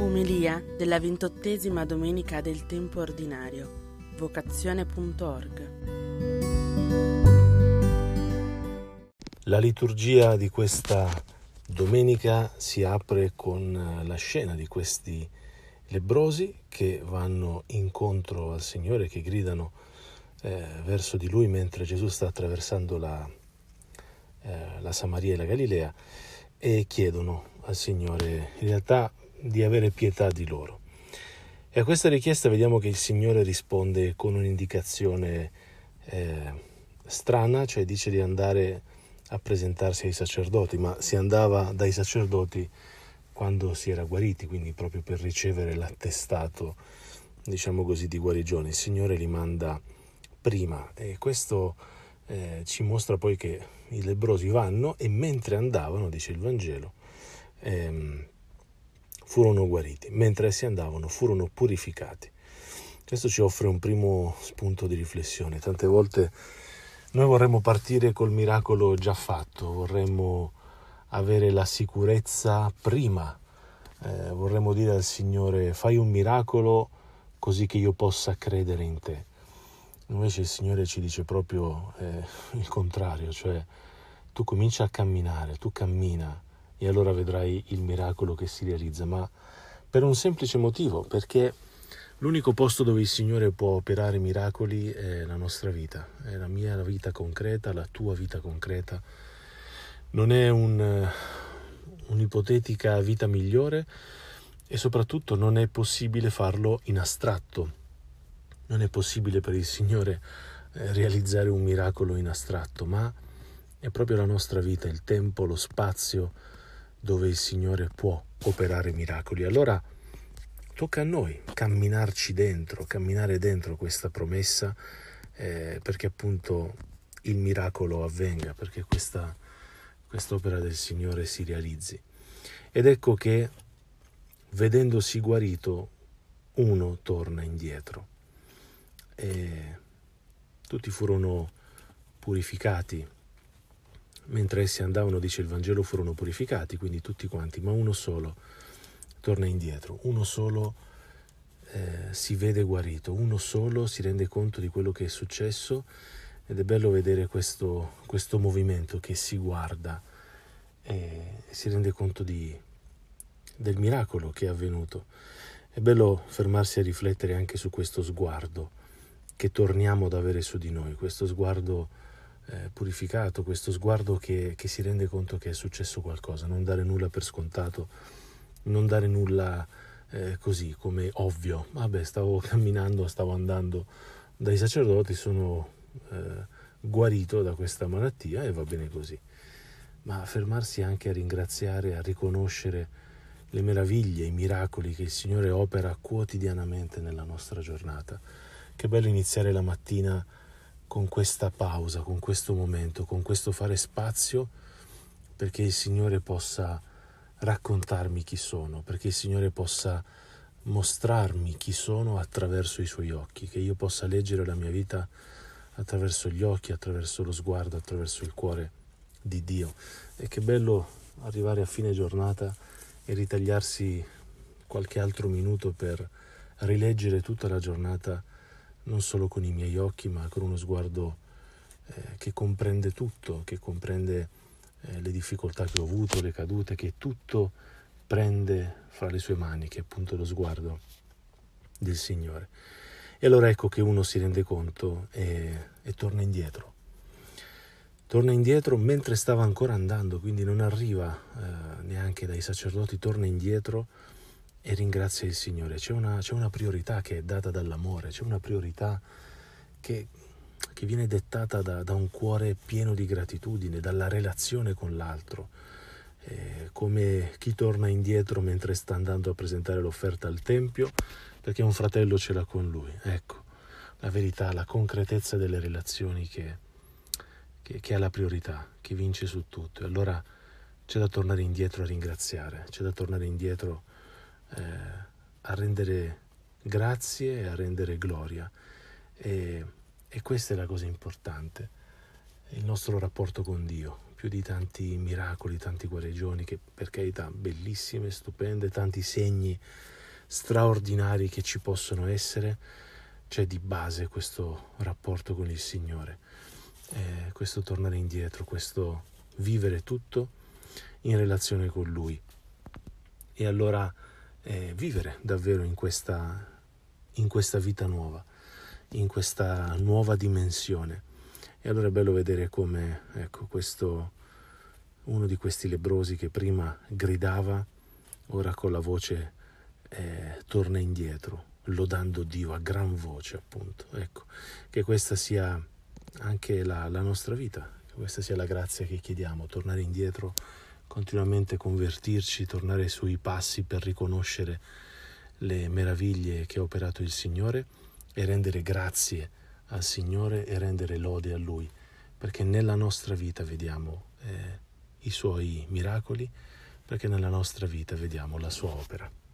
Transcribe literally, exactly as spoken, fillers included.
Omelia della ventottesima domenica del tempo ordinario, vocazione punto org. La liturgia di questa domenica si apre con la scena di questi lebbrosi che vanno incontro al Signore, che gridano eh, verso di Lui mentre Gesù sta attraversando la, eh, la Samaria e la Galilea, e chiedono al Signore in realtà di avere pietà di loro. E a questa richiesta vediamo che il Signore risponde con un'indicazione eh, strana, cioè dice di andare a presentarsi ai sacerdoti, ma si andava dai sacerdoti quando si era guariti, quindi proprio per ricevere l'attestato, diciamo così, di guarigione. Il Signore li manda prima, e questo eh, ci mostra poi che i lebbrosi vanno e mentre andavano, dice il Vangelo, ehm, furono guariti, mentre essi andavano furono purificati. Questo ci offre un primo spunto di riflessione. Tante volte noi vorremmo partire col miracolo già fatto, vorremmo avere la sicurezza prima, eh, vorremmo dire al Signore: fai un miracolo così che io possa credere in te. Invece il Signore ci dice proprio eh, il contrario, cioè tu comincia a camminare, tu cammina e allora vedrai il miracolo che si realizza, ma per un semplice motivo, perché l'unico posto dove il Signore può operare miracoli è la nostra vita, è la mia vita concreta, la tua vita concreta. Non è un, un'ipotetica vita migliore, e soprattutto non è possibile farlo in astratto. Non è possibile per il Signore eh, realizzare un miracolo in astratto, ma è proprio la nostra vita, il tempo, lo spazio dove il Signore può operare miracoli. Allora tocca a noi camminarci dentro, camminare dentro questa promessa eh, perché appunto il miracolo avvenga, perché questa quest'opera del Signore si realizzi. Ed ecco che, vedendosi guarito, uno torna indietro. E tutti furono purificati. Mentre essi andavano, dice il Vangelo, furono purificati, quindi tutti quanti, ma uno solo torna indietro, uno solo eh, si vede guarito, uno solo si rende conto di quello che è successo, ed è bello vedere questo, questo movimento che si guarda e si rende conto di, del miracolo che è avvenuto. È bello fermarsi a riflettere anche su questo sguardo che torniamo ad avere su di noi, questo sguardo eh, purificato, questo sguardo che, che si rende conto che è successo qualcosa, non dare nulla per scontato, non dare nulla eh, così come ovvio. Vabbè, stavo camminando, stavo andando dai sacerdoti, sono eh, guarito da questa malattia e va bene così. Ma fermarsi anche a ringraziare, a riconoscere le meraviglie, i miracoli che il Signore opera quotidianamente nella nostra giornata. Che bello iniziare la mattina con questa pausa, con questo momento, con questo fare spazio perché il Signore possa raccontarmi chi sono, perché il Signore possa mostrarmi chi sono attraverso i Suoi occhi, che io possa leggere la mia vita attraverso gli occhi, attraverso lo sguardo, attraverso il cuore di Dio. E che bello arrivare a fine giornata e ritagliarsi qualche altro minuto per rileggere tutta la giornata, non solo con i miei occhi, ma con uno sguardo eh, che comprende tutto, che comprende eh, le difficoltà che ho avuto, le cadute, che tutto prende fra le sue mani, che è appunto lo sguardo del Signore. E allora ecco che uno si rende conto e, e torna indietro. Torna indietro mentre stava ancora andando, quindi non arriva eh, neanche dai sacerdoti, torna indietro e ringrazia il Signore. C'è una, c'è una priorità che è data dall'amore, c'è una priorità che, che viene dettata da, da un cuore pieno di gratitudine, dalla relazione con l'altro, eh, come chi torna indietro mentre sta andando a presentare l'offerta al Tempio, perché un fratello ce l'ha con lui. Ecco, la verità, la concretezza delle relazioni che, che, che ha la priorità, che vince su tutto. E allora c'è da tornare indietro a ringraziare, c'è da tornare indietro eh, a rendere grazie e a rendere gloria. E, e questa è la cosa importante, il nostro rapporto con Dio, più di tanti miracoli, tanti guarigioni, che per carità bellissime, stupende, tanti segni straordinari che ci possono essere, c'è di base questo rapporto con il Signore, eh, questo tornare indietro, questo vivere tutto in relazione con Lui. E allora eh, vivere davvero in questa, in questa vita nuova, in questa nuova dimensione. E allora è bello vedere come, ecco, questo, uno di questi lebbrosi che prima gridava, ora con la voce eh, torna indietro, lodando Dio a gran voce, appunto. Ecco, che questa sia anche la, la nostra vita, che questa sia la grazia che chiediamo, tornare indietro, continuamente convertirci, tornare sui passi per riconoscere le meraviglie che ha operato il Signore e rendere grazie al Signore e rendere lode a Lui, perché nella nostra vita vediamo eh, i Suoi miracoli, perché nella nostra vita vediamo la Sua opera.